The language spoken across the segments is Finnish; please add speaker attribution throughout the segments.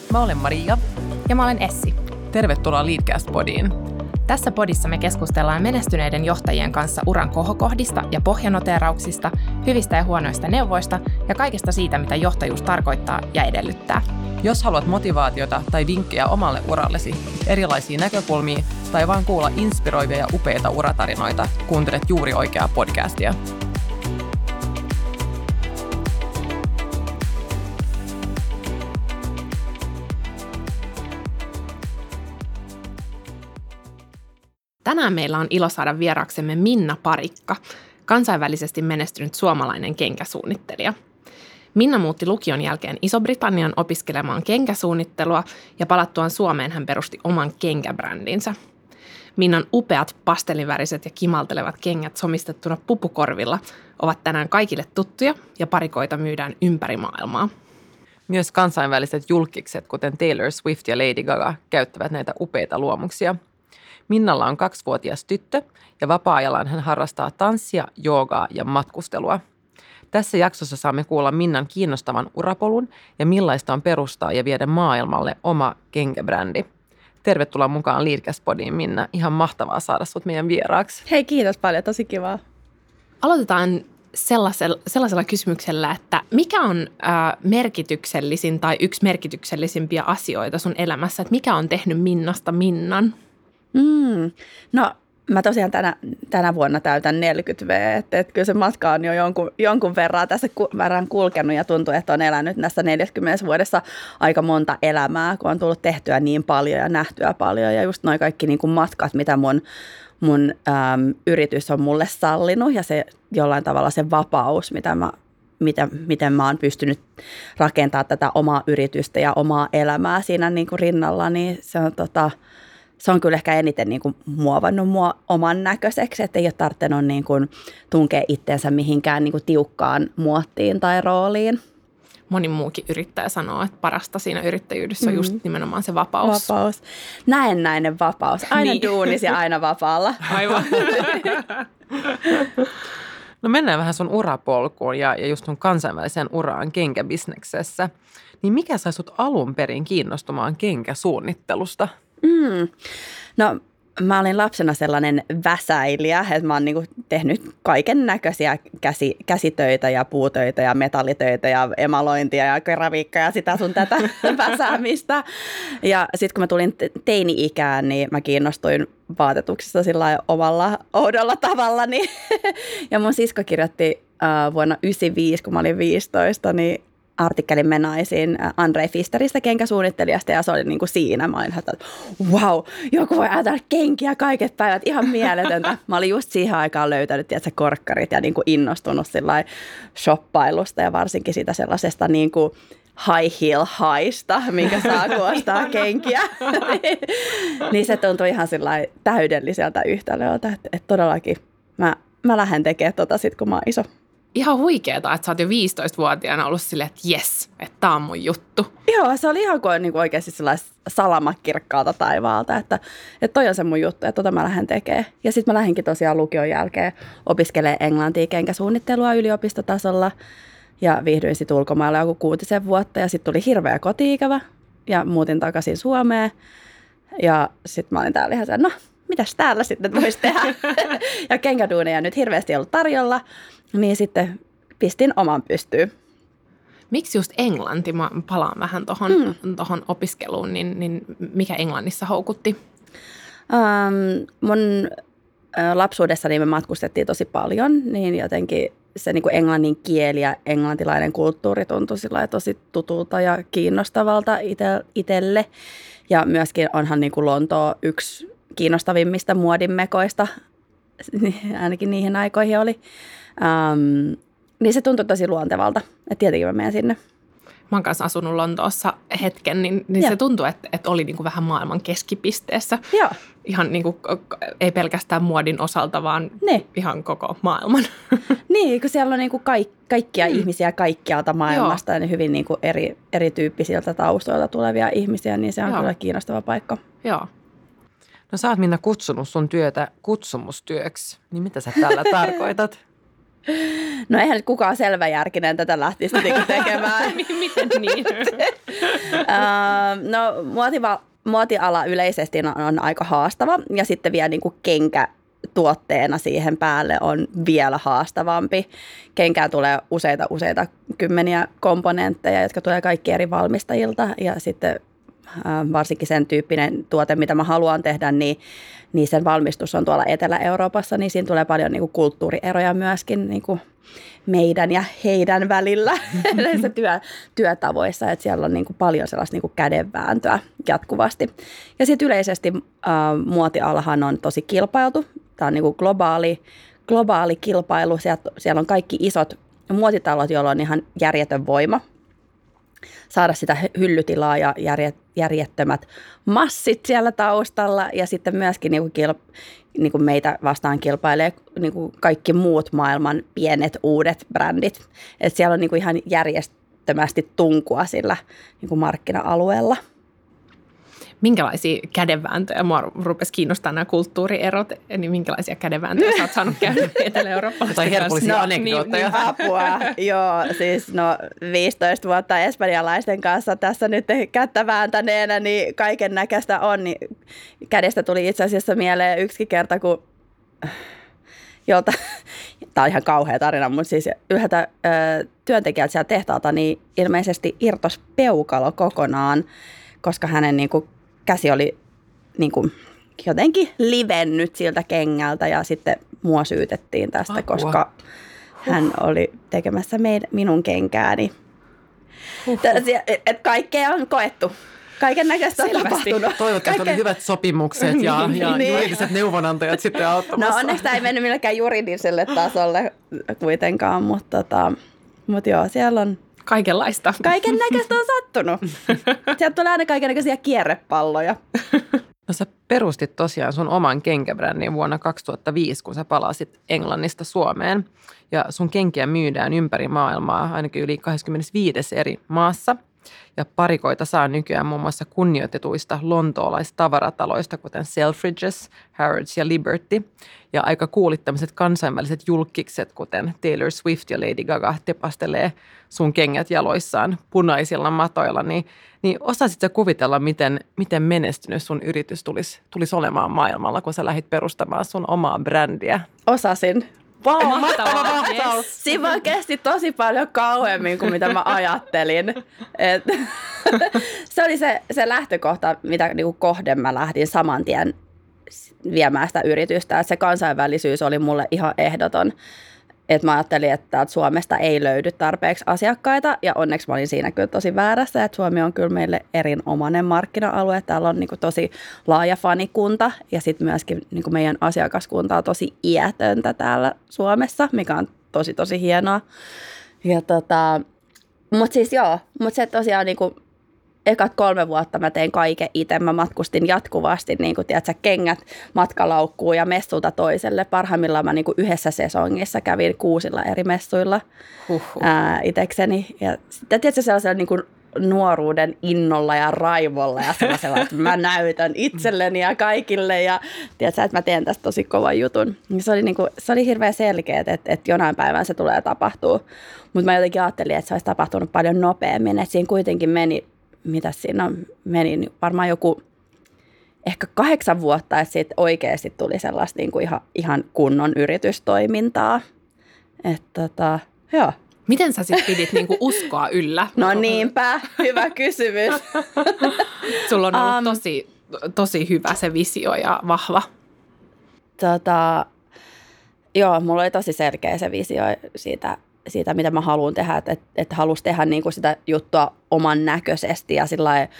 Speaker 1: Mä olen Maria.
Speaker 2: Ja mä olen Essi.
Speaker 1: Tervetuloa Leadcast-podiin.
Speaker 2: Tässä podissa me keskustellaan menestyneiden johtajien kanssa uran kohokohdista ja pohjanoteerauksista, hyvistä ja huonoista neuvoista ja kaikesta siitä, mitä johtajuus tarkoittaa ja edellyttää.
Speaker 1: Jos haluat motivaatiota tai vinkkejä omalle urallesi, erilaisia näkökulmia tai vaan kuulla inspiroivia ja upeita uratarinoita, kuuntelet juuri oikeaa podcastia.
Speaker 2: Tänään meillä on ilo saada vieraaksemme Minna Parikka, kansainvälisesti menestynyt suomalainen kenkäsuunnittelija. Minna muutti lukion jälkeen Iso-Britannian opiskelemaan kenkäsuunnittelua ja palattuaan Suomeen hän perusti oman kenkäbrändinsä. Minnan upeat pastelliväriset ja kimaltelevat kengät somistettuna pupukorvilla ovat tänään kaikille tuttuja ja parikoita myydään ympäri maailmaa.
Speaker 1: Myös kansainväliset julkikset, kuten Taylor Swift ja Lady Gaga, käyttävät näitä upeita luomuksia. Minnalla on 2-vuotias tyttö ja vapaa-ajallaan hän harrastaa tanssia, joogaa ja matkustelua. Tässä jaksossa saamme kuulla Minnan kiinnostavan urapolun ja millaista on perustaa ja viedä maailmalle oma kenkäbrändi. Tervetuloa mukaan Leadcast-podiin, Minna. Ihan mahtavaa saada sut meidän vieraaksi.
Speaker 3: Hei, kiitos paljon. Tosi kivaa.
Speaker 2: Aloitetaan sellaisella kysymyksellä, että mikä on merkityksellisin tai yksi merkityksellisimpiä asioita sun elämässä? Että mikä on tehnyt Minnasta Minnan?
Speaker 3: No, mä tosiaan tänä vuonna täytän 40 V, että kyllä se matka on jo jonkun verran kulkenut ja tuntuu, että on elänyt näissä 40 vuodessa aika monta elämää, kun on tullut tehtyä niin paljon ja nähtyä paljon ja just noi kaikki niin kuin matkat, mitä mun yritys on mulle sallinut ja se jollain tavalla se vapaus, miten mä oon pystynyt rakentamaan tätä omaa yritystä ja omaa elämää siinä niin kuin rinnalla, niin se on kyllä ehkä eniten niin kuin muovannut mua oman näköiseksi, että ei ole tarvinnut niin kuin tunkea itseensä mihinkään niin kuin tiukkaan muottiin tai rooliin.
Speaker 2: Moni muukin yrittäjä sanoo, että parasta siinä yrittäjyydessä on just nimenomaan se vapaus.
Speaker 3: Vapaus. Näennäinen vapaus. Aina niin. Duunis ja aina vapaalla.
Speaker 2: Aivan.
Speaker 1: No mennään vähän sun urapolkuun ja just sun kansainväliseen uraan kenkäbisneksessä. Niin mikä sai sut alun perin kiinnostumaan kenkäsuunnittelusta?
Speaker 3: No mä olin lapsena sellainen väsäilijä, että mä oon niinku tehnyt kaiken näköisiä käsitöitä ja puutöitä ja metallitöitä ja emalointia ja keraviikkaa ja sitä sun tätä väsäämistä. Ja sitten kun mä tulin teini-ikään, niin mä kiinnostuin vaatetuksista sillä omalla oudolla tavallani. Ja mun sisko kirjoitti vuonna 1995, kun mä olin 15, niin artikkelin Me naisiin Andrei Fisteristä kenkäsuunnittelijasta ja se oli niin kuin siinä. Mä olin, että wow, joku voi ajatella kenkiä kaiket päivät, ihan mieletöntä. Mä olin just siihen aikaan löytänyt korkkarit ja niin kuin innostunut shoppailusta ja varsinkin siitä sellaisesta niin kuin high heel highsta, minkä saa kun ostaa kenkiä. Niin se tuntui ihan täydelliseltä yhtälöltä, että todellakin mä lähden tekemään sit kun mä oon iso.
Speaker 2: Ihan huikeeta, että sä oot jo 15-vuotiaana ollut silleen, että jes, että tää on mun juttu.
Speaker 3: Joo, se oli ihan kuin oikeasti sellaista salamakirkkaalta taivaalta, että toi on se mun juttu, että mä lähden tekemään. Ja sitten mä lähdinkin tosiaan lukion jälkeen opiskelemaan englantia kenkäsuunnittelua yliopistotasolla ja viihdyin sitten ulkomailla joku 6 vuotta ja sitten tuli hirveä koti-ikävä ja muutin takaisin Suomeen ja sitten mä olin täällä ihan se, no mitäs täällä sitten voisi tehdä? Ja kenkäduuneja nyt hirveästi ollut tarjolla. Niin sitten pistin oman pystyyn.
Speaker 2: Miksi just englanti? Mä palaan vähän tohon opiskeluun, niin mikä Englannissa houkutti?
Speaker 3: Mun lapsuudessani me matkustettiin tosi paljon, niin jotenkin se niin kuin englannin kieli ja englantilainen kulttuuri tuntui tosi tutulta ja kiinnostavalta itselle. Ja myöskin onhan niin kuin Lontoo yksi kiinnostavimmista muodinmekoista, ainakin niihin aikoihin oli. Niin se tuntui tosi luontevalta, että tietenkin mä menen sinne.
Speaker 2: Mä oon kanssa asunut Lontoossa hetken, niin se tuntui, että oli niinku vähän maailman keskipisteessä.
Speaker 3: Joo.
Speaker 2: Ihan niinku, ei pelkästään muodin osalta, vaan ihan koko maailman.
Speaker 3: Niin, kun siellä on niinku kaikkia ihmisiä kaikkialta maailmasta ja ne hyvin niinku erityyppisiltä taustoilta tulevia ihmisiä, niin se on kyllä kiinnostava paikka.
Speaker 2: Joo.
Speaker 1: No sä oot Minna kutsunut sun työtä kutsumustyöksi, niin mitä sä tällä tarkoitat?
Speaker 3: No eihän nyt kukaan selväjärkinen tätä lähtisi tekemään.
Speaker 2: Miten niin?
Speaker 3: No muotiala yleisesti on aika haastava ja sitten vielä niin kuin kenkätuotteena siihen päälle on vielä haastavampi. Kenkään tulee useita kymmeniä komponentteja, jotka tulee kaikki eri valmistajilta ja sitten varsinkin sen tyyppinen tuote, mitä mä haluan tehdä, niin sen valmistus on tuolla Etelä-Euroopassa, niin siinä tulee paljon niin kuin kulttuurieroja myöskin niin kuin meidän ja heidän välillä näissä työtavoissa, että siellä on niin kuin paljon sellaista niin kuin kädenvääntöä jatkuvasti. Ja sitten yleisesti muotialahan on tosi kilpailtu. Tämä on niin kuin globaali kilpailu. Siellä on kaikki isot muotitalot, joilla on ihan järjetön voima saada sitä hyllytilaa ja järjettömät massit siellä taustalla. Ja sitten myöskin niin kuin meitä vastaan kilpailee niin kuin kaikki muut maailman pienet uudet brändit. Et siellä on niin kuin ihan järjettömästi tunkua sillä niin kuin markkina-alueella.
Speaker 2: Minkälaisia kädenvääntöjä? Mua rupesi kiinnostaa nämä kulttuurierot, niin minkälaisia kädenvääntöjä sä oot saanut käydä Etelä-Eurooppalaisten
Speaker 1: tai herkullisia anekdootteja.
Speaker 3: Apua, joo, siis 15 vuotta espanjalaisten kanssa tässä nyt kättä vääntäneenä, niin kaiken näköistä on. Niin kädestä tuli itse asiassa mieleen yksi kerta, kun tämä on ihan kauhea tarina, mutta siis yhdeltä työntekijältä siellä tehtaalta niin ilmeisesti irtos peukalo kokonaan, koska hänen niin kuin käsi oli niin kuin jotenkin livennyt siltä kengältä ja sitten mua syytettiin tästä, koska hän oli tekemässä minun kenkääni. Et kaikkea on koettu. Kaiken näköistä on tapahtunut.
Speaker 1: Toivottavasti oli hyvät sopimukset ja niin. Juridiset neuvonantajat sitten auttamassa.
Speaker 3: No onneksi tämä ei mennyt millekään juridiselle tasolle kuitenkaan, mutta joo, siellä on
Speaker 2: kaikenlaista.
Speaker 3: Kaiken näköistä on sattunut. Sieltä tulee aina kaiken näköisiä kierrepalloja.
Speaker 1: No sä perustit tosiaan sun oman kenkäbrändin vuonna 2005, kun sä palasit Englannista Suomeen. Ja sun kenkiä myydään ympäri maailmaa, ainakin yli 25 eri maassa. Ja parikoita saa nykyään muun muassa kunnioitetuista lontoolaistavarataaloista, kuten Selfridges, Harrods ja Liberty. Ja aika coolit tämmöiset kansainväliset julkkikset, kuten Taylor Swift ja Lady Gaga tepastelee sun kengät jaloissaan punaisilla matoilla. Niin osasit sä kuvitella, miten menestynyt sun yritys tulisi olemaan maailmalla, kun sä lähdit perustamaan sun omaa brändiä?
Speaker 3: Osasin. Wow,
Speaker 2: mahtavaa.
Speaker 3: Yes. Siinä vaan kesti tosi paljon kauemmin kuin mitä mä ajattelin. Se oli se lähtökohta, mitä niinku kohden mä lähdin saman tien viemään sitä yritystä. Se kansainvälisyys oli mulle ihan ehdoton. Et mä ajattelin, että täältä Suomesta ei löydy tarpeeksi asiakkaita ja onneksi mä olin siinä kyllä tosi väärässä, että Suomi on kyllä meille erinomainen markkina-alue. Täällä on niinku tosi laaja fanikunta ja sitten myöskin niinku meidän asiakaskunta on tosi iätöntä täällä Suomessa, mikä on tosi hienoa. Mutta siis joo, se tosiaan niinku ekat 3 vuotta mä tein kaiken itse. Mä matkustin jatkuvasti niin kuin, tiedätkö, kengät matkalaukkuun ja messulta toiselle. Parhaimmillaan mä niin kuin yhdessä sesongissa kävin 6 eri messuilla itekseni. Ja sitten tiedätkö, sellaisella niin kuin nuoruuden innolla ja raivolla ja sellaisella, että mä näytän itselleni ja kaikille ja tiedätkö, että mä teen tästä tosi kovan jutun. Se oli hirveän selkeä, että jonain päivänä se tulee tapahtua. Mutta mä jotenkin ajattelin, että se olisi tapahtunut paljon nopeammin, että siinä kuitenkin meni varmaan joku ehkä 8 vuotta, että siitä oikeasti tuli sellaista niin kuin ihan kunnon yritystoimintaa. Joo.
Speaker 2: Miten sä sitten pidit niinku uskoa yllä?
Speaker 3: No niinpä, hyvä kysymys.
Speaker 2: Sulla on ollut tosi hyvä se visio ja vahva.
Speaker 3: Joo, mulla oli tosi selkeä se visio siitä, mitä mä haluan tehdä, että halusi tehdä niin kuin sitä juttua oman näköisesti ja sillä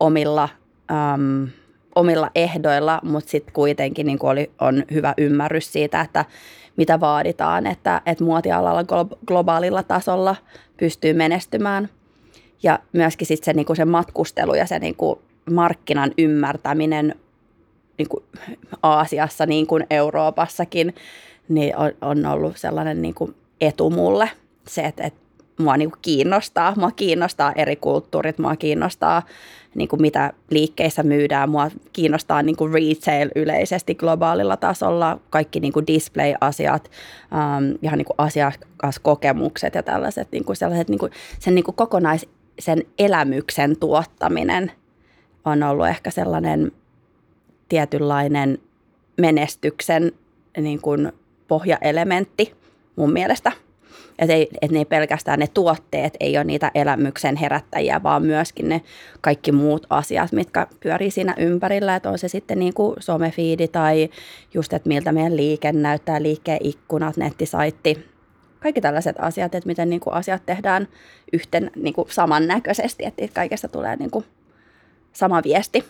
Speaker 3: omilla ehdoilla, mutta sitten kuitenkin niin kuin on hyvä ymmärrys siitä, että mitä vaaditaan, että muotialalla globaalilla tasolla pystyy menestymään. Ja myöskin sitten se, niin kuin se matkustelu ja se niin kuin markkinan ymmärtäminen niin kuin Aasiassa niin kuin Euroopassakin niin on ollut sellainen niin kuin etu mulle. Se, että mua niin kuin kiinnostaa. Mua kiinnostaa eri kulttuurit, mua kiinnostaa niin kuin mitä liikkeissä myydään, mua kiinnostaa niin kuin retail yleisesti globaalilla tasolla, kaikki niin kuin display-asiat, ihan niin kuin asiakaskokemukset ja tällaiset niin kuin sellaiset niin kuin sen niin kuin kokonaisen elämyksen tuottaminen on ollut ehkä sellainen tietynlainen menestyksen niin kuin pohjaelementti mun mielestä. Että ne ei pelkästään ne tuotteet ei ole niitä elämyksen herättäjiä, vaan myöskin ne kaikki muut asiat, mitkä pyörii siinä ympärillä. Että on se sitten niin kuin somefiidi tai just, että miltä meidän liike näyttää, liikkeen ikkunat, nettisaitti. Kaikki tällaiset asiat, että miten niin kuin asiat tehdään niin kuin samannäköisesti, että kaikesta tulee niin kuin sama viesti.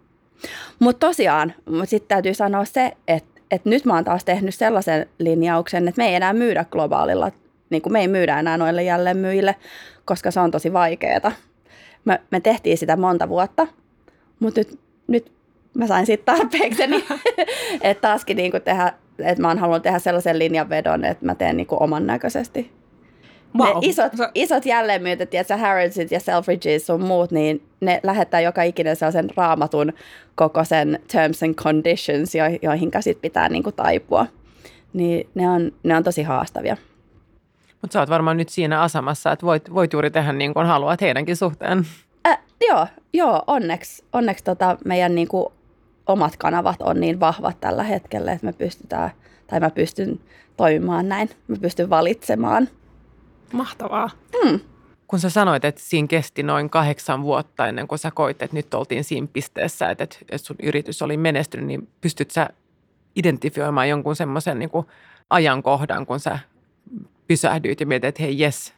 Speaker 3: Mutta tosiaan, sitten täytyy sanoa se, että nyt mä oon taas tehnyt sellaisen linjauksen, että me ei enää myydä globaalilla, niin kuin me ei myydä enää noille jälleenmyyjille, koska se on tosi vaikeaa. Me tehtiin sitä monta vuotta, mutta nyt mä sain siitä tarpeekseni, että taaskin niin kuin tehdä, että mä oon halunnut tehdä sellaisen linjanvedon, että mä teen niin kuin oman näköisesti.
Speaker 2: Wow.
Speaker 3: Ne isot jälleenmyyjät, tiedätkö, Harrodsit ja Selfridges sun muut, niin ne lähettää joka ikinen sellaisen raamatun koko sen terms and conditions, joihin sit pitää niin kuin taipua. Niin ne on tosi haastavia.
Speaker 1: Mutta sä oot varmaan nyt siinä asemassa, että voit juuri tehdä niin kuin haluat heidänkin suhteen.
Speaker 3: Joo, onneksi meidän niin kuin omat kanavat on niin vahvat tällä hetkellä, että mä pystyn toimimaan näin. Mä pystyn valitsemaan.
Speaker 2: Mahtavaa.
Speaker 1: Kun sä sanoit, että siinä kesti noin 8 vuotta ennen kuin sä koit, että nyt oltiin siinä pisteessä, että sun yritys oli menestynyt, niin pystyt sä identifioimaan jonkun semmoisen niin kuin ajankohdan, kun sä pysähdyit ja mietit, että hei jes,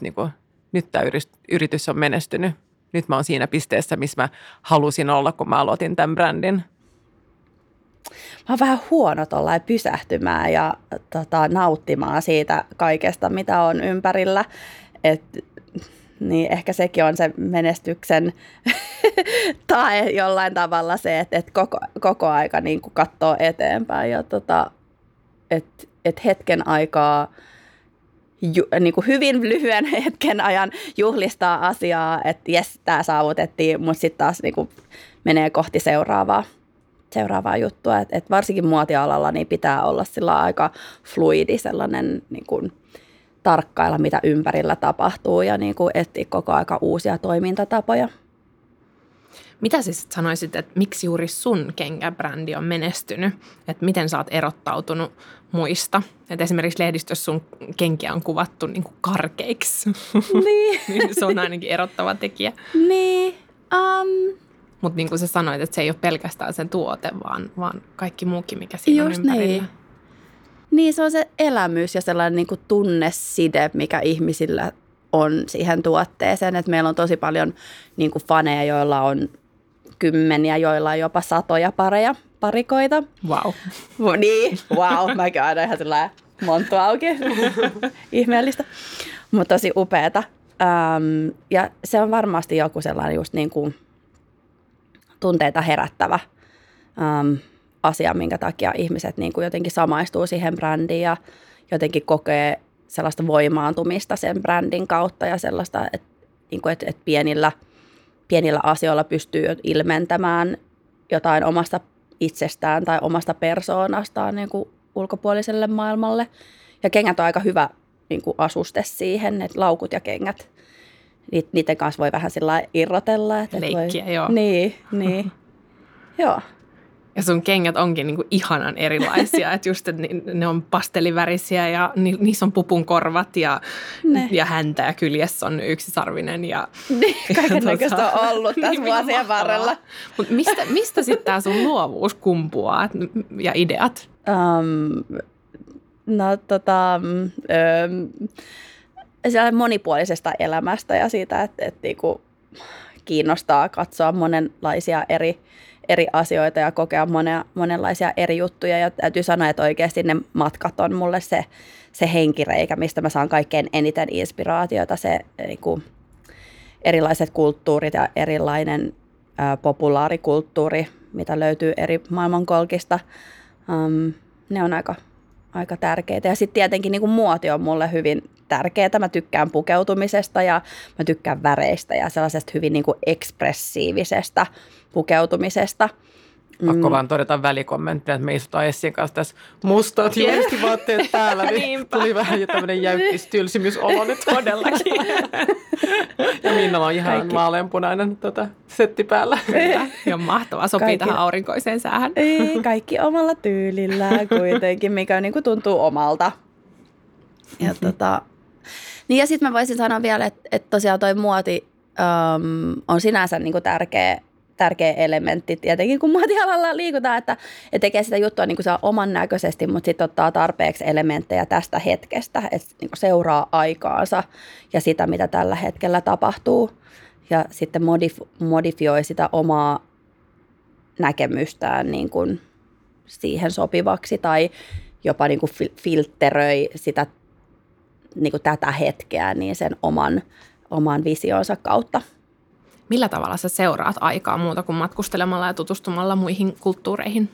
Speaker 1: nyt tämä yritys on menestynyt. Nyt mä oon siinä pisteessä, missä mä halusin olla, kun mä aloitin tämän brändin.
Speaker 3: Mä oon vähän huono tollain pysähtymään ja nauttimaan siitä kaikesta, mitä on ympärillä. Niin ehkä sekin on se menestyksen tae jollain tavalla se, että koko aika niin kuin katsoo eteenpäin ja että hetken aikaa, niin kuin hyvin lyhyen hetken ajan juhlistaa asiaa, että jes, tämä saavutettiin, mutta sitten taas niin kuin menee kohti seuraavaa juttua. Et varsinkin muotialalla niin pitää olla sillä aika fluidi sellainen niin kuin tarkkailla, mitä ympärillä tapahtuu ja niin kuin etsiä koko aika uusia toimintatapoja.
Speaker 2: Mitä siis sanoisit, että miksi juuri sun kenkäbrändi on menestynyt? Että miten sä oot erottautunut muista? Että esimerkiksi lehdistössä sun kenkiä on kuvattu niin kuin karkeiksi.
Speaker 3: Niin.
Speaker 2: Niin se on ainakin erottava tekijä.
Speaker 3: Niin.
Speaker 2: Mutta niin kuin sä sanoit, että se ei ole pelkästään sen tuote, vaan kaikki muukin, mikä siinä on ympärillä.
Speaker 3: Niin, se on se elämys ja sellainen niin kuin tunneside, mikä ihmisillä on siihen tuotteeseen. Et meillä on tosi paljon niin kuin faneja, joilla on kymmeniä, joilla on jopa satoja parikoita.
Speaker 2: Wow.
Speaker 3: Niin, wow. Mäkin aina ihan sellainen monttu auki. Ihmeellistä, mutta tosi upeata. Ja se on varmasti joku sellainen just niin kuin tunteita herättävä asia, minkä takia ihmiset niin kuin jotenkin samaistuu siihen brändiin ja jotenkin kokee sellaista voimaantumista sen brändin kautta ja sellaista, että pienillä asioilla pystyy ilmentämään jotain omasta itsestään tai omasta persoonastaan niin kuin ulkopuoliselle maailmalle. Ja kengät on aika hyvä niin kuin asuste siihen, että laukut ja kengät, niiden kanssa voi vähän sillä irrotella. Että
Speaker 2: leikkiä, joo.
Speaker 3: Niin. Joo.
Speaker 2: Ja sun kengät onkin niinku ihanan erilaisia, että just että ne on pastellivärisiä ja niissä on pupunkorvat ja häntä ja kyljessä on yksisarvinen. Ja
Speaker 3: kaikennäköistä on ollut tässä vuosien varrella.
Speaker 2: Mutta mistä sitten tämä sun luovuus kumpuaa ja ideat?
Speaker 3: Monipuolisesta elämästä ja siitä, että niinku kiinnostaa katsoa monenlaisia eri asioita ja kokea monenlaisia eri juttuja. Ja täytyy sanoa, että oikeasti ne matkat on mulle se henkireikä, mistä mä saan kaikkein eniten inspiraatiota. Se niinku, erilaiset kulttuurit ja erilainen populaarikulttuuri, mitä löytyy eri maailmankolkista. Ne on aika tärkeitä. Ja sitten tietenkin niin kuin muoti on mulle hyvin tärkeää. Mä tykkään pukeutumisesta ja mä tykkään väreistä ja sellaisesta hyvin niin kuin ekspressiivisesta pukeutumisesta.
Speaker 1: Pakko vaan todeta välikommenttia, että me istutaan Essin kanssa tässä mustat juuristivaatteet päällä, niin tuli vähän jo tämmöinen jäykkis tylsimysolo nyt.
Speaker 2: Todellakin.
Speaker 1: Ja Minnalla on ihan vaaleanpunainen setti päällä.
Speaker 2: Kyllä. Ja mahtavaa, sopii tähän aurinkoiseen säähän.
Speaker 3: Ei, kaikki omalla tyylillään kuitenkin, mikä niin kuin tuntuu omalta. Ja, niin ja sitten mä voisin sanoa vielä, että tosiaan toi muoti on sinänsä niin kuin tärkeä elementti, tietenkin kun muotialalla liikutaan, että tekee sitä juttua niin kuin saa oman näköisesti, mutta sitten ottaa tarpeeksi elementtejä tästä hetkestä, että niin kuin seuraa aikaansa ja sitä, mitä tällä hetkellä tapahtuu ja sitten modifioi sitä omaa näkemystään niin kuin siihen sopivaksi tai jopa niin kuin filtteröi sitä, niin kuin tätä hetkeä niin sen oman visionsa kautta.
Speaker 2: Millä tavalla sä seuraat aikaa muuta kuin matkustelemalla ja tutustumalla muihin kulttuureihin?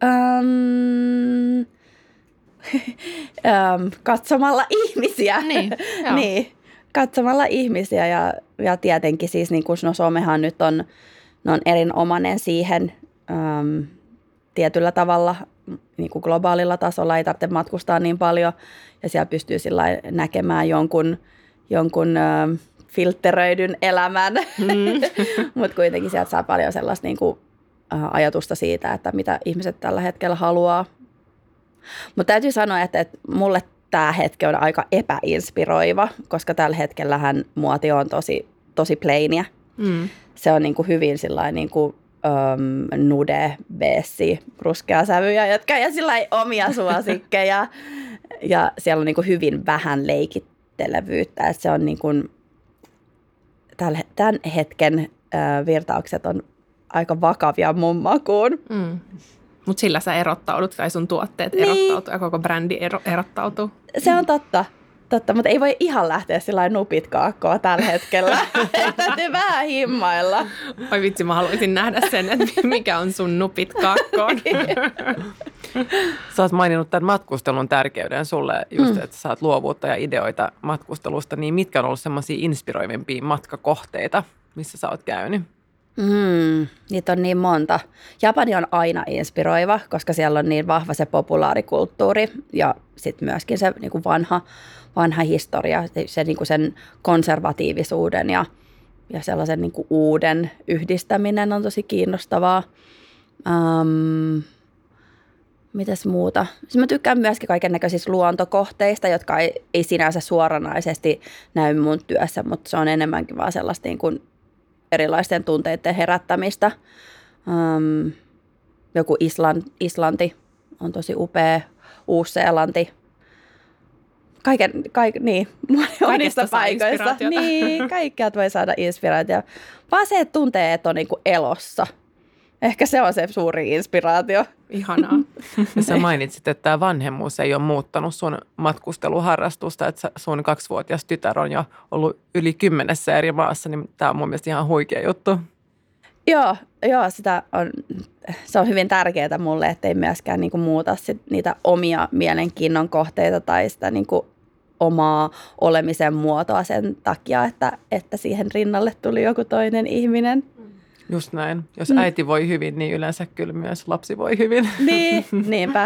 Speaker 3: Katsomalla ihmisiä.
Speaker 2: Niin,
Speaker 3: niin, katsomalla ihmisiä ja tietenkin siis niin kuin somehan nyt on erinomainen siihen tietyllä tavalla niin kuin globaalilla tasolla ei tarvitse matkustaa niin paljon ja siellä pystyy sillä näkemään jonkun filtteröidyn elämän, mutta kuitenkin sieltä saa paljon sellaista niin kuin, ajatusta siitä, että mitä ihmiset tällä hetkellä haluaa. Mutta täytyy sanoa, että mulle tämä hetki on aika epäinspiroiva, koska tällä hetkellähän muoti on tosi plainia. Se on niin kuin hyvin sillain niin kuin nude, beessi, ruskea sävyjä, jotka ja sillain omia suosikkeja. Ja siellä on niin kuin hyvin vähän leikittelevyyttä, että se on niin kuin tämän hetken virtaukset on aika vakavia mun makuun.
Speaker 2: Mutta sillä sä erottaudut tai sun tuotteet erottautuu ja koko brändi erottautuu.
Speaker 3: Se on totta, mutta ei voi ihan lähteä sillain nupit kaakkoa tällä hetkellä. Täytyy vähän himmailla.
Speaker 2: Oi vitsi, mä haluaisin nähdä sen, että mikä on sun nupit kaakkoon.
Speaker 1: Sä oot maininnut tämän matkustelun tärkeyden sulle, just että sä saat luovuutta ja ideoita matkustelusta, niin mitkä on ollut semmoisia inspiroivimpia matkakohteita, missä sä oot käynyt?
Speaker 3: Niitä on niin monta. Japani on aina inspiroiva, koska siellä on niin vahva se populaarikulttuuri ja sitten myöskin se niin kuin vanha historia, se niin kuin sen konservatiivisuuden ja sellaisen niin kuin uuden yhdistäminen on tosi kiinnostavaa. Mitäs muuta? Mä tykkään myöskin kaikennäköisistä luontokohteista, jotka ei sinänsä suoranaisesti näy mun työssä, mutta se on enemmänkin vaan sellaista niin kuin erilaisten tunteiden herättämistä. Joku Islanti on tosi upea, Uusi-Seelanti. Niin, monista paikoista. Niin, kaikkea voi saada inspiraatio. Vaan se, että tuntee, että on niin kuin elossa. Ehkä se on se suuri inspiraatio.
Speaker 2: Ihanaa.
Speaker 1: Ja sä mainitsit, että tämä vanhemmuus ei ole muuttanut sun matkusteluharrastusta, että sun 2-vuotias tytär on jo ollut yli 10 eri maassa, niin tämä on mun mielestä ihan huikea juttu.
Speaker 3: Joo, se on hyvin tärkeää mulle, ettei myöskään niinku muuta niitä omia mielenkiinnon kohteita tai sitä niinku omaa olemisen muotoa sen takia, että siihen rinnalle tuli joku toinen ihminen.
Speaker 1: Just näin. Jos äiti voi hyvin, niin yleensä kyllä myös lapsi voi hyvin.
Speaker 3: Niin, niinpä.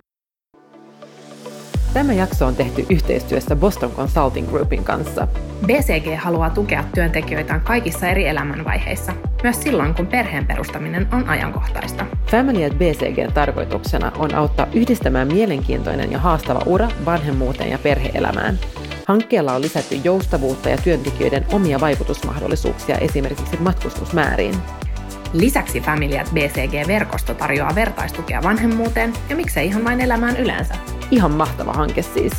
Speaker 1: Tämä jakso on tehty yhteistyössä Boston Consulting Groupin kanssa.
Speaker 2: BCG haluaa tukea työntekijöitään kaikissa eri elämänvaiheissa, myös silloin, kun perheen perustaminen on ajankohtaista.
Speaker 1: Family at BCG:n tarkoituksena on auttaa yhdistämään mielenkiintoinen ja haastava ura vanhemmuuteen ja perhe-elämään. Hankkeella on lisätty joustavuutta ja työntekijöiden omia vaikutusmahdollisuuksia esimerkiksi matkustusmääriin.
Speaker 2: Lisäksi Family at BCG-verkosto tarjoaa vertaistukea vanhemmuuteen ja miksei ihan vain elämään yleensä.
Speaker 1: Ihan mahtava hanke siis.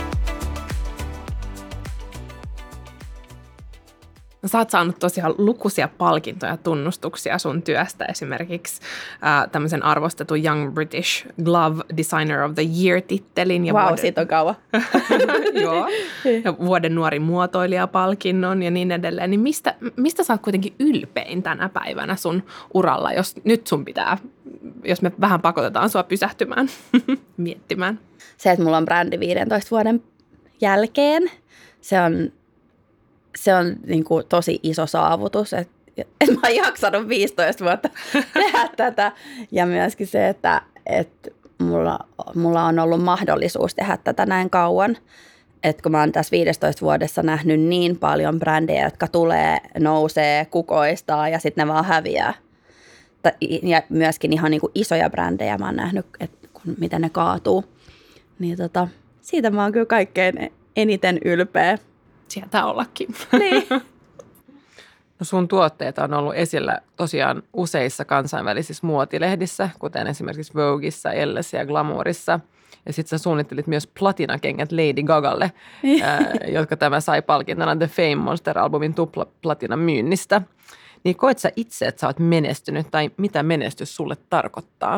Speaker 2: Sä oot saanut tosiaan lukuisia palkintoja ja tunnustuksia sun työstä, esimerkiksi tämmöisen arvostetun Young British Glove Designer of the Year-tittelin.
Speaker 3: Ja siitä on kauan.
Speaker 2: Joo, ja vuoden nuori muotoilija-palkinnon ja niin edelleen. Niin mistä sä oot kuitenkin ylpein tänä päivänä sun uralla, jos nyt sun pitää jos me vähän pakotetaan sua pysähtymään, miettimään.
Speaker 3: Se, että mulla on brändi 15 vuoden jälkeen, se on niin kuin tosi iso saavutus, että mä oon jaksanut 15 vuotta tehdä tätä. Ja myöskin se, että mulla on ollut mahdollisuus tehdä tätä näin kauan. Että kun mä oon tässä 15 vuodessa nähnyt niin paljon brändejä, jotka tulee, nousee, kukoistaa ja sitten ne vaan häviää. Ja myöskin ihan niin kuin isoja brändejä mä oon nähnyt, että miten ne kaatuu. Niin siitä mä oon kyllä kaikkein eniten ylpeä.
Speaker 2: Sieltä ollakin.
Speaker 3: Niin.
Speaker 1: No sun tuotteet on ollut esillä tosiaan useissa kansainvälisissä muotilehdissä, kuten esimerkiksi Vogueissa, Ellessä ja Glamourissa. Ja sitten sä suunnittelit myös platinakengät Lady Gagalle, jotka tämä sai palkintona The Fame Monster-albumin tuplaplatinan myynnistä. Niin koet sä itse, että sä oot menestynyt tai mitä menestys sulle tarkoittaa?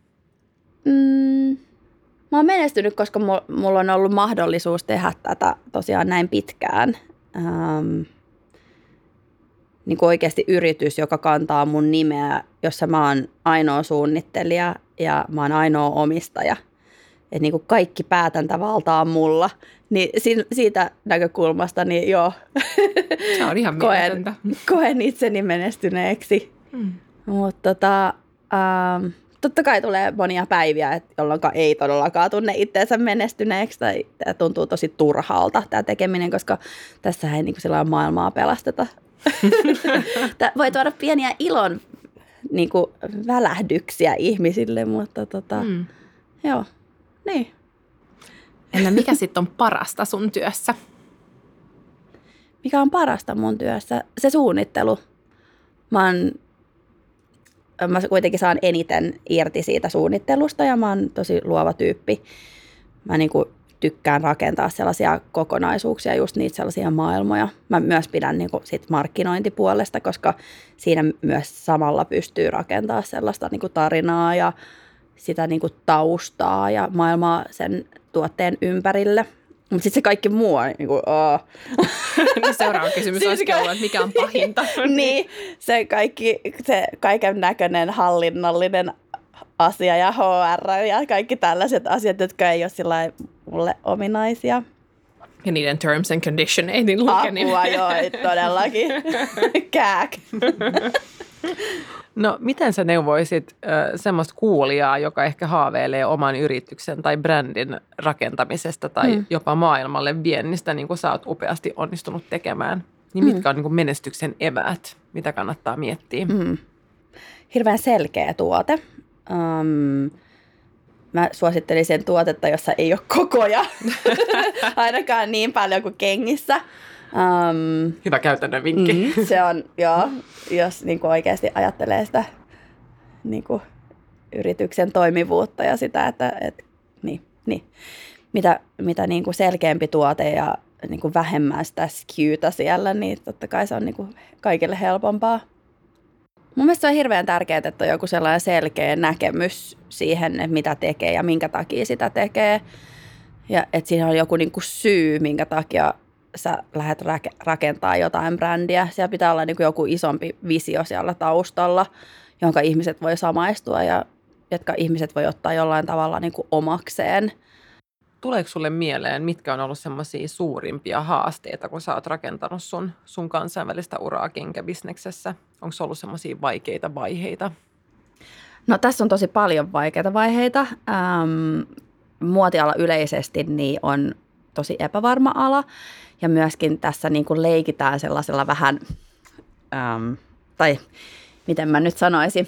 Speaker 3: Mä oon menestynyt, koska mulla on ollut mahdollisuus tehdä tätä tosiaan näin pitkään. Niin kuin oikeasti yritys, joka kantaa mun nimeä, jossa mä oon ainoa suunnittelija ja mä oon ainoa omistaja. Että niin kuin kaikki päätäntävalta on mulla. Niin siitä näkökulmasta, niin joo,
Speaker 2: Se on ihan mieletöntä.
Speaker 3: koen itseni menestyneeksi. Mutta totta kai tulee monia päiviä, jolloin ei todellakaan tunne itseensä menestyneeksi tai tämä tuntuu tosi turhalta tämä tekeminen, koska tässä ei niin kuin maailmaa pelasteta. Tämä voi tuoda pieniä ilon niin kuin välähdyksiä ihmisille, mutta joo, niin.
Speaker 2: Entä mikä sitten on parasta sun työssä?
Speaker 3: Mikä on parasta mun työssä? Se suunnittelu. Mä kuitenkin saan eniten irti siitä suunnittelusta ja mä oon tosi luova tyyppi. Mä niinku tykkään rakentaa sellaisia kokonaisuuksia, just niitä sellaisia maailmoja. Mä myös pidän niinku sit markkinointipuolesta, koska siinä myös samalla pystyy rakentamaan sellaista niinku tarinaa ja sitä niinku taustaa ja maailmaa sen tuotteen ympärille. Mutta sitten se kaikki muu on niinku,
Speaker 2: Seuraava kysymys olisikin ollut, että mikä on pahinta.
Speaker 3: Niin, se kaiken näköinen hallinnollinen asia ja HR ja kaikki tällaiset asiat, jotka ei ole sillä mulle ominaisia.
Speaker 2: Ja niiden terms and conditioneidin lukenin.
Speaker 3: Apua, joo, todellakin. Kääk.
Speaker 1: No miten sä neuvoisit semmoista kuulijaa, joka ehkä haaveilee oman yrityksen tai brändin rakentamisesta tai jopa maailmalle viennistä, niin kuin sä oot upeasti onnistunut tekemään? Niin mitkä on niin kuin menestyksen eväät? Mitä kannattaa miettiä?
Speaker 3: Hirveän selkeä tuote. Mä suosittelisin tuotetta, jossa ei ole kokoja, ainakaan niin paljon kuin kengissä.
Speaker 1: Hyvä käytännön vinkki.
Speaker 3: Se on, joo, jos niin kuin oikeasti ajattelee sitä niin kuin yrityksen toimivuutta ja sitä, että mitä niin kuin selkeämpi tuote ja niin kuin vähemmän sitä skewtä siellä, niin totta kai se on niin kuin kaikille helpompaa. Mun mielestä se on hirveän tärkeää, että on joku sellainen selkeä näkemys siihen, että mitä tekee ja minkä takia sitä tekee. Ja että siinä on joku niin kuin syy, minkä takia sä lähdet rakentamaan jotain brändiä. Siellä pitää olla niin kuin joku isompi visio siellä taustalla, jonka ihmiset voi samaistua ja jotka ihmiset voi ottaa jollain tavalla niin kuin omakseen.
Speaker 1: Tuleeko sulle mieleen, mitkä on ollut semmoisia suurimpia haasteita, kun sä oot rakentanut sun kansainvälistä uraa kenkäbisneksessä? Onko ollut semmoisia vaikeita vaiheita?
Speaker 3: No tässä on tosi paljon vaikeita vaiheita. Muotiala yleisesti niin on tosi epävarma ala. Ja myöskin tässä niin kuin leikitään sellaisella vähän, tai miten mä nyt sanoisin,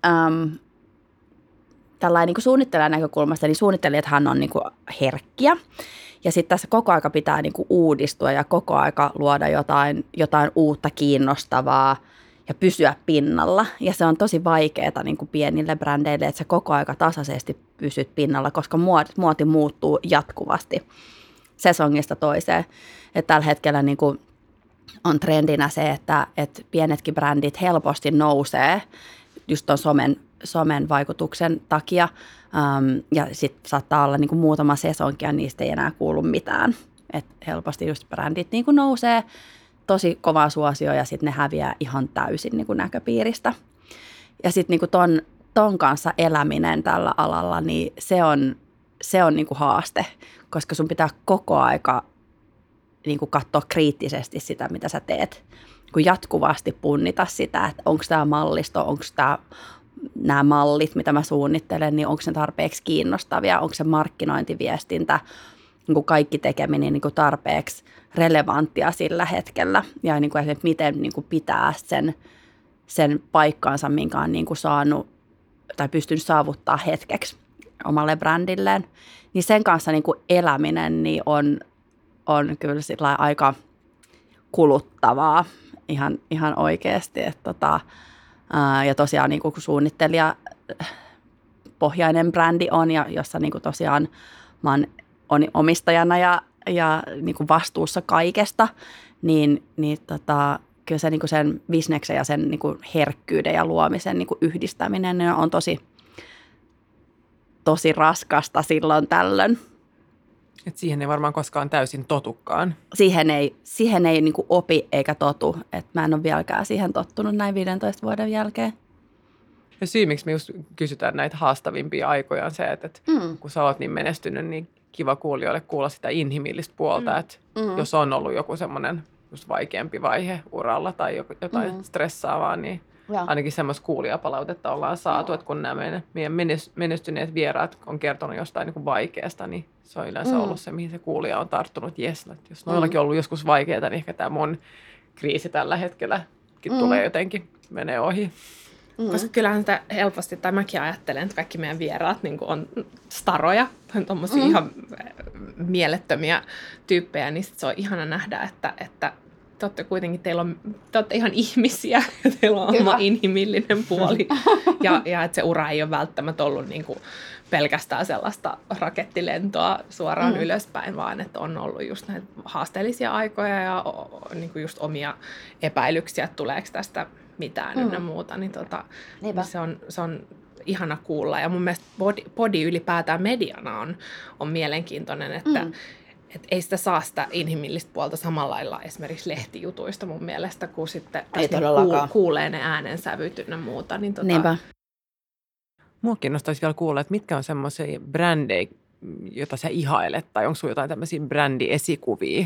Speaker 3: tällainen niin kuin suunnittelijan näkökulmasta, niin suunnittelijathan on niin kuin herkkiä. Ja sitten tässä koko aika pitää niin kuin uudistua ja koko aika luoda jotain uutta kiinnostavaa ja pysyä pinnalla. Ja se on tosi vaikeaa niin kuin pienille brändeille, että sä koko aika tasaisesti pysyt pinnalla, koska muoti muuttuu jatkuvasti sesongista toiseen. Et tällä hetkellä niin kuin on trendinä se, että pienetkin brändit helposti nousee just ton somen vaikutuksen takia. Ja sitten saattaa olla niin kuin muutama sesonki ja niistä ei enää kuulu mitään. Et helposti just brändit niin kuin nousee tosi kovaa suosioon ja sitten ne häviää ihan täysin niin kuin näköpiiristä. Ja sitten niin kuin ton kanssa eläminen tällä alalla, niin se on niin kuin haaste, koska sun pitää koko aika niin kuin katsoa kriittisesti sitä, mitä sä teet. Kun jatkuvasti punnita sitä, että onko tämä mallisto, onko nämä mallit, mitä mä suunnittelen, niin onko ne tarpeeksi kiinnostavia, onko se markkinointiviestintä, niin kuin kaikki tekeminen niin kuin tarpeeksi relevanttia sillä hetkellä. Ja niin kuin, että miten niin kuin pitää sen paikkaansa, minkä on niin kuin saanut tai pystynyt saavuttaa hetkeksi omalle brändilleen. Niin sen kanssa niin kuin eläminen niin on kyllä sillä aika kuluttavaa ihan oikeasti. Ja tosiaan niin kuin suunnittelija pohjainen brändi on, ja jossa niin kuin tosiaan mä oon omistajana ja niin kuin vastuussa kaikesta, niin kyllä se niin kuin sen bisneksen ja sen niin kuin herkkyyden ja luomisen niin kuin yhdistäminen niin on tosi raskasta silloin tällöin.
Speaker 1: Et siihen ei varmaan koskaan täysin totukaan.
Speaker 3: Siihen ei niin kuin opi eikä totu. Et mä en ole vieläkään siihen tottunut näin 15 vuoden jälkeen.
Speaker 1: Ja syy, miksi me just kysytään näitä haastavimpia aikoja on se, että kun sä oot niin menestynyt, niin kiva kuulijoille kuulla sitä inhimillistä puolta. Että jos on ollut joku semmoinen just vaikeampi vaihe uralla tai jotain stressaavaa, niin ainakin semmoista kuulijapalautetta ollaan saatu, että kun nämä meidän menestyneet vieraat on kertonut jostain niin kuin vaikeasta, niin se on yleensä ollut se, mihin se kuulija on tarttunut. Jes, jos noillakin on ollut joskus vaikeaa, niin ehkä tämä mun kriisi tällä hetkelläkin tulee jotenkin, menee ohi.
Speaker 2: Koska kyllähän sitä helposti, tai mäkin ajattelen, että kaikki meidän vieraat niin on staroja, tai tommosia ihan mielettömiä tyyppejä, niin se on ihana nähdä, että te olette kuitenkin, te olette ihan ihmisiä ja teillä on oma inhimillinen puoli. ja että se ura ei ole välttämättä ollut niin kuin pelkästään sellaista rakettilentoa suoraan ylöspäin, vaan että on ollut just näitä haasteellisia aikoja ja niin kuin just omia epäilyksiä, että tuleeko tästä mitään ynnä muuta. Niin se on ihana kuulla. Ja mun mielestä body ylipäätään mediana on mielenkiintoinen, että et ei sitä saa sitä inhimillistä puolta samalla lailla esimerkiksi lehtijutuista mun mielestä, kun sitten kuulee ne äänensävyt ynnä muuta. Niin
Speaker 3: Niinpä.
Speaker 1: Mua kiinnostaisi vielä kuulla, että mitkä on semmoisia brändejä, joita sä ihailet, tai onko sulla jotain tämmöisiä brändiesikuvia?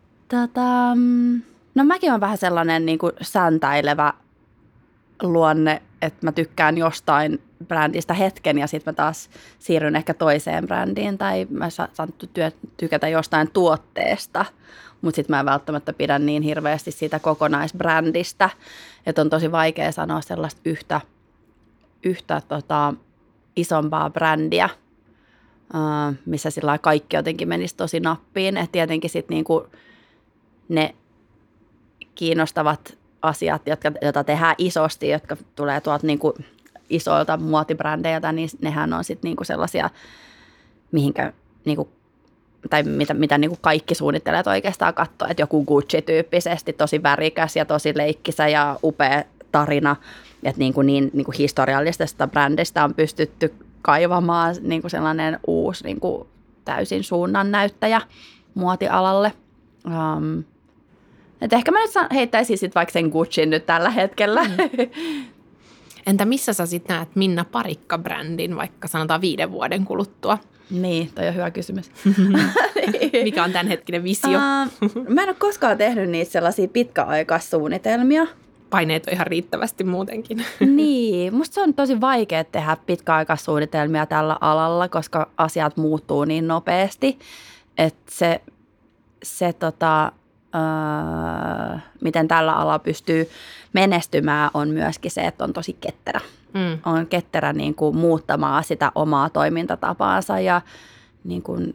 Speaker 3: No mäkin olen vähän sellainen niin kuin säntäilevä luonne, että mä tykkään jostain brändistä hetken ja sitten mä taas siirryn ehkä toiseen brändiin tai mä saan tykätä jostain tuotteesta, mutta sitten mä en välttämättä pidä niin hirveästi siitä kokonaisbrändistä, että on tosi vaikea sanoa sellaista yhtä isompaa brändiä, missä sillä kaikki jotenkin menisi tosi nappiin, että tietenkin sitten niinku ne kiinnostavat asiat, joita tehdään isosti, jotka tulee tuolta niinku isoilta muotibrändejä, niin nehän on sitten niinku sellaisia, mihinkä niinku, tai mitä niinku kaikki suunnittelijat oikeastaan katsoo, että joku Gucci-tyyppisesti tosi värikäs ja tosi leikkisä ja upea tarina, että niinku historiallisesta brändistä on pystytty kaivamaan niinku sellainen uusi niinku täysin suunnannäyttäjä muotialalle. Et ehkä mä nyt heittäisin sit vaikka sen Gucciin nyt tällä hetkellä.
Speaker 2: Entä missä sä sitten näet Minna Parikka-brändin vaikka sanotaan 5 vuoden kuluttua?
Speaker 3: Niin, toi on hyvä kysymys.
Speaker 2: Mikä on tämänhetkinen visio?
Speaker 3: Mä en ole koskaan tehnyt niitä sellaisia pitkäaikaissuunnitelmia.
Speaker 2: Paineet on ihan riittävästi muutenkin.
Speaker 3: Niin, musta se on tosi vaikea tehdä pitkäaikaissuunnitelmia tällä alalla, koska asiat muuttuu niin nopeasti, että miten tällä alalla pystyy menestymään on myöskin se, että on tosi ketterä. On ketterä niin kuin muuttamaan sitä omaa toimintatapaansa ja niin kuin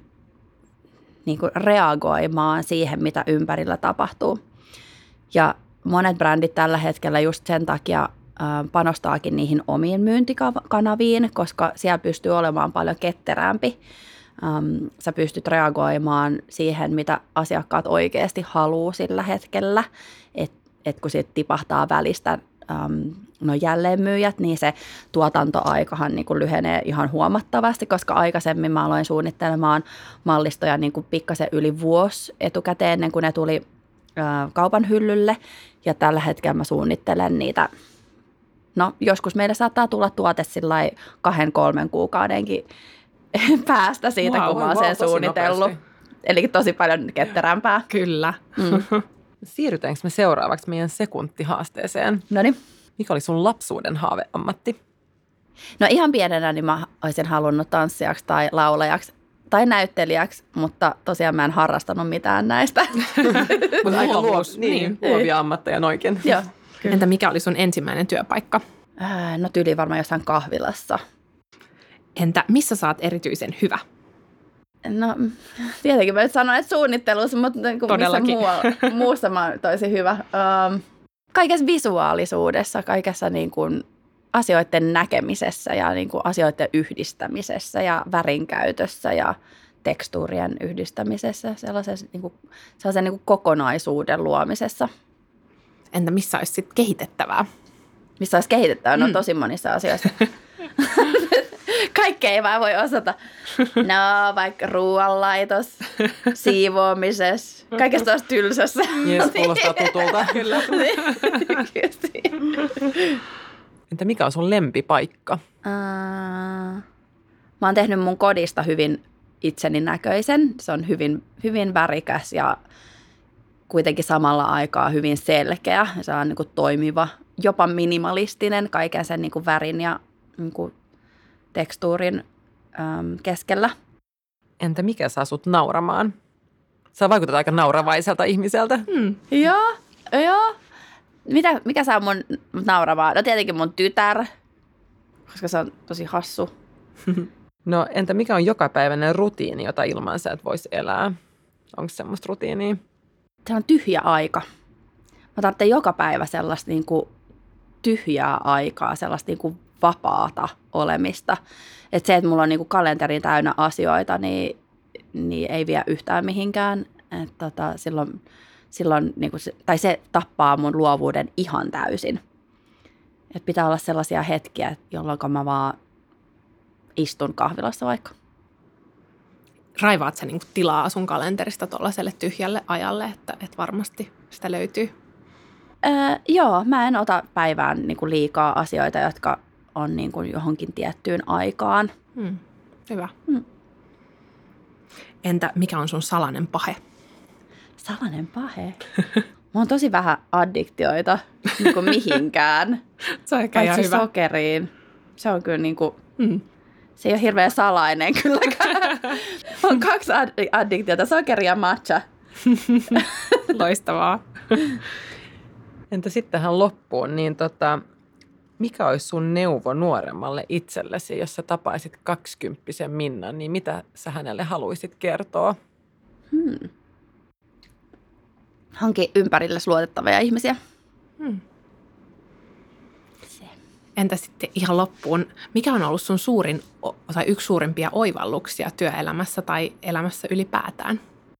Speaker 3: reagoimaan siihen, mitä ympärillä tapahtuu. Ja monet brändit tällä hetkellä just sen takia panostaakin niihin omiin myyntikanaviin, koska siellä pystyy olemaan paljon ketterämpi. Sä pystyt reagoimaan siihen, mitä asiakkaat oikeasti haluaa sillä hetkellä, että kun siitä tipahtaa välistä jälleenmyyjät, niin se tuotantoaikahan niin kuin lyhenee ihan huomattavasti, koska aikaisemmin mä aloin suunnittelemaan mallistoja niin kuin pikkasen yli vuosi etukäteen ennen kuin ne tuli kaupan hyllylle, ja tällä hetkellä mä suunnittelen niitä No joskus meille saattaa tulla tuote sillai 2-3 kuukaudenkin päästä siitä, kun mä oon sen suunnitellut.
Speaker 1: Nopeasti.
Speaker 3: Eli tosi paljon ketterämpää.
Speaker 2: Kyllä.
Speaker 1: Siirrytäänkö me seuraavaksi meidän sekuntihaasteeseen?
Speaker 3: Noniin.
Speaker 1: Mikä oli sun lapsuuden haaveammatti?
Speaker 3: No ihan pienenä niin mä olisin halunnut tanssijaksi tai laulajaksi tai näyttelijäksi, mutta tosiaan mä en harrastanut mitään näistä.
Speaker 1: Mutta aika
Speaker 2: Niin.
Speaker 1: luovia ammatteja noikin.
Speaker 3: Joo.
Speaker 2: Entä mikä oli sun ensimmäinen työpaikka?
Speaker 3: No tyyliin varmaan jossain kahvilassa.
Speaker 2: Entä missä saat erityisen hyvä?
Speaker 3: No tietenkin mä nyt sanon, että suunnittelussa, mutta missä muussa mä toisin hyvä. Kaikessa visuaalisuudessa, kaikessa niin kuin asioiden näkemisessä ja niin kuin asioiden yhdistämisessä ja värinkäytössä ja tekstuurien yhdistämisessä, sellaisen niin kuin kokonaisuuden luomisessa.
Speaker 2: Entä missä olisi sitten kehitettävää?
Speaker 3: Missä olisi kehitettävää? No tosi monissa asioissa. Kaikkea ei vaan voi osata. No vaikka ruoanlaitos, siivoamisessa, kaikesta olisi tylsässä.
Speaker 1: Jes, kuulostaa tutulta. Kyllä. Entä mikä on sun lempipaikka?
Speaker 3: Mä oon tehnyt mun kodista hyvin itseni näköisen. Se on hyvin, hyvin värikäs ja kuitenkin samalla aikaa hyvin selkeä. Se on niin kuin toimiva, jopa minimalistinen kaiken sen niin kuin värin ja niin kuin tekstuurin keskellä.
Speaker 1: Entä mikä saa sut nauramaan? Sä vaikutat aika nauravaiselta ihmiseltä.
Speaker 3: Joo. Mikä saa mun nauramaan? No tietenkin mun tytär, koska se on tosi hassu.
Speaker 1: No entä mikä on jokapäiväinen rutiini, jota ilman sä et vois elää? Onko semmoista rutiinia?
Speaker 3: Se on tyhjä aika. Mä tarvitsen joka päivä sellaista niin kuin tyhjää aikaa, sellaista niin kuin vapaata olemista. Että se, että mulla on niin kuin kalenteri täynnä asioita, niin ei vie yhtään mihinkään. Että silloin niin kuin se tappaa mun luovuuden ihan täysin. Että pitää olla sellaisia hetkiä, jolloin mä vaan istun kahvilassa vaikka.
Speaker 2: Raivaat sä niinku tilaa sun kalenterista tuollaiselle tyhjälle ajalle, että varmasti sitä löytyy?
Speaker 3: Joo, mä en ota päivään niinku liikaa asioita, jotka on niinku johonkin tiettyyn aikaan.
Speaker 2: Hyvä. Entä mikä on sun salainen pahe?
Speaker 3: Salainen pahe? Mä oon tosi vähän addiktioita niinku mihinkään.
Speaker 2: Se on ehkä ihan
Speaker 3: paitsi
Speaker 2: hyvä.
Speaker 3: sokeriin. Se on kyllä niinku... Se ei ole hirveän salainen kylläkään. On 2 addiktiota, sokeri ja matcha.
Speaker 2: Loistavaa.
Speaker 1: Entä sitten tähän loppuun, niin mikä olisi sun neuvo nuoremmalle itsellesi, jos sä tapaisit 20-vuotiaan Minnan, niin mitä sä hänelle haluaisit kertoa?
Speaker 3: Hanki ympärillesi luotettavia ihmisiä.
Speaker 2: Entä sitten ihan loppuun, mikä on ollut sun yksi suurimpia oivalluksia työelämässä tai elämässä ylipäätään?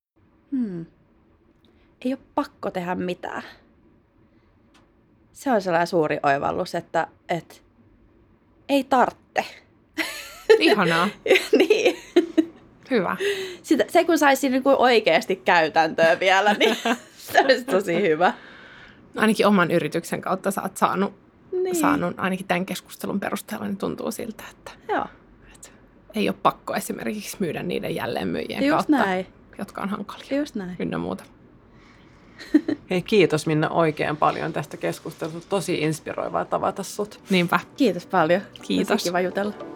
Speaker 3: Ei ole pakko tehdä mitään. Se on sellainen suuri oivallus, että ei tarvitse.
Speaker 2: Ihanaa.
Speaker 3: Niin.
Speaker 2: Hyvä.
Speaker 3: Se kun saisi niin kuin oikeasti käytäntöön vielä, niin se olisi tosi hyvä.
Speaker 2: Ainakin oman yrityksen kautta sä oot saanut
Speaker 3: Niin.
Speaker 2: ainakin tämän keskustelun perusteella, niin tuntuu siltä, että
Speaker 3: Joo,
Speaker 2: ei ole pakko esimerkiksi myydä niiden jälleenmyyjien
Speaker 3: just
Speaker 2: kautta,
Speaker 3: näin.
Speaker 2: jotka on hankalia.
Speaker 3: Just näin.
Speaker 2: Ynnä muuta.
Speaker 1: Hei, kiitos Minna oikein paljon tästä keskustelusta. Tosi inspiroivaa tavata sut.
Speaker 2: Niinpä.
Speaker 3: Kiitos paljon.
Speaker 2: Kiitos.
Speaker 3: Tosi kiva jutella.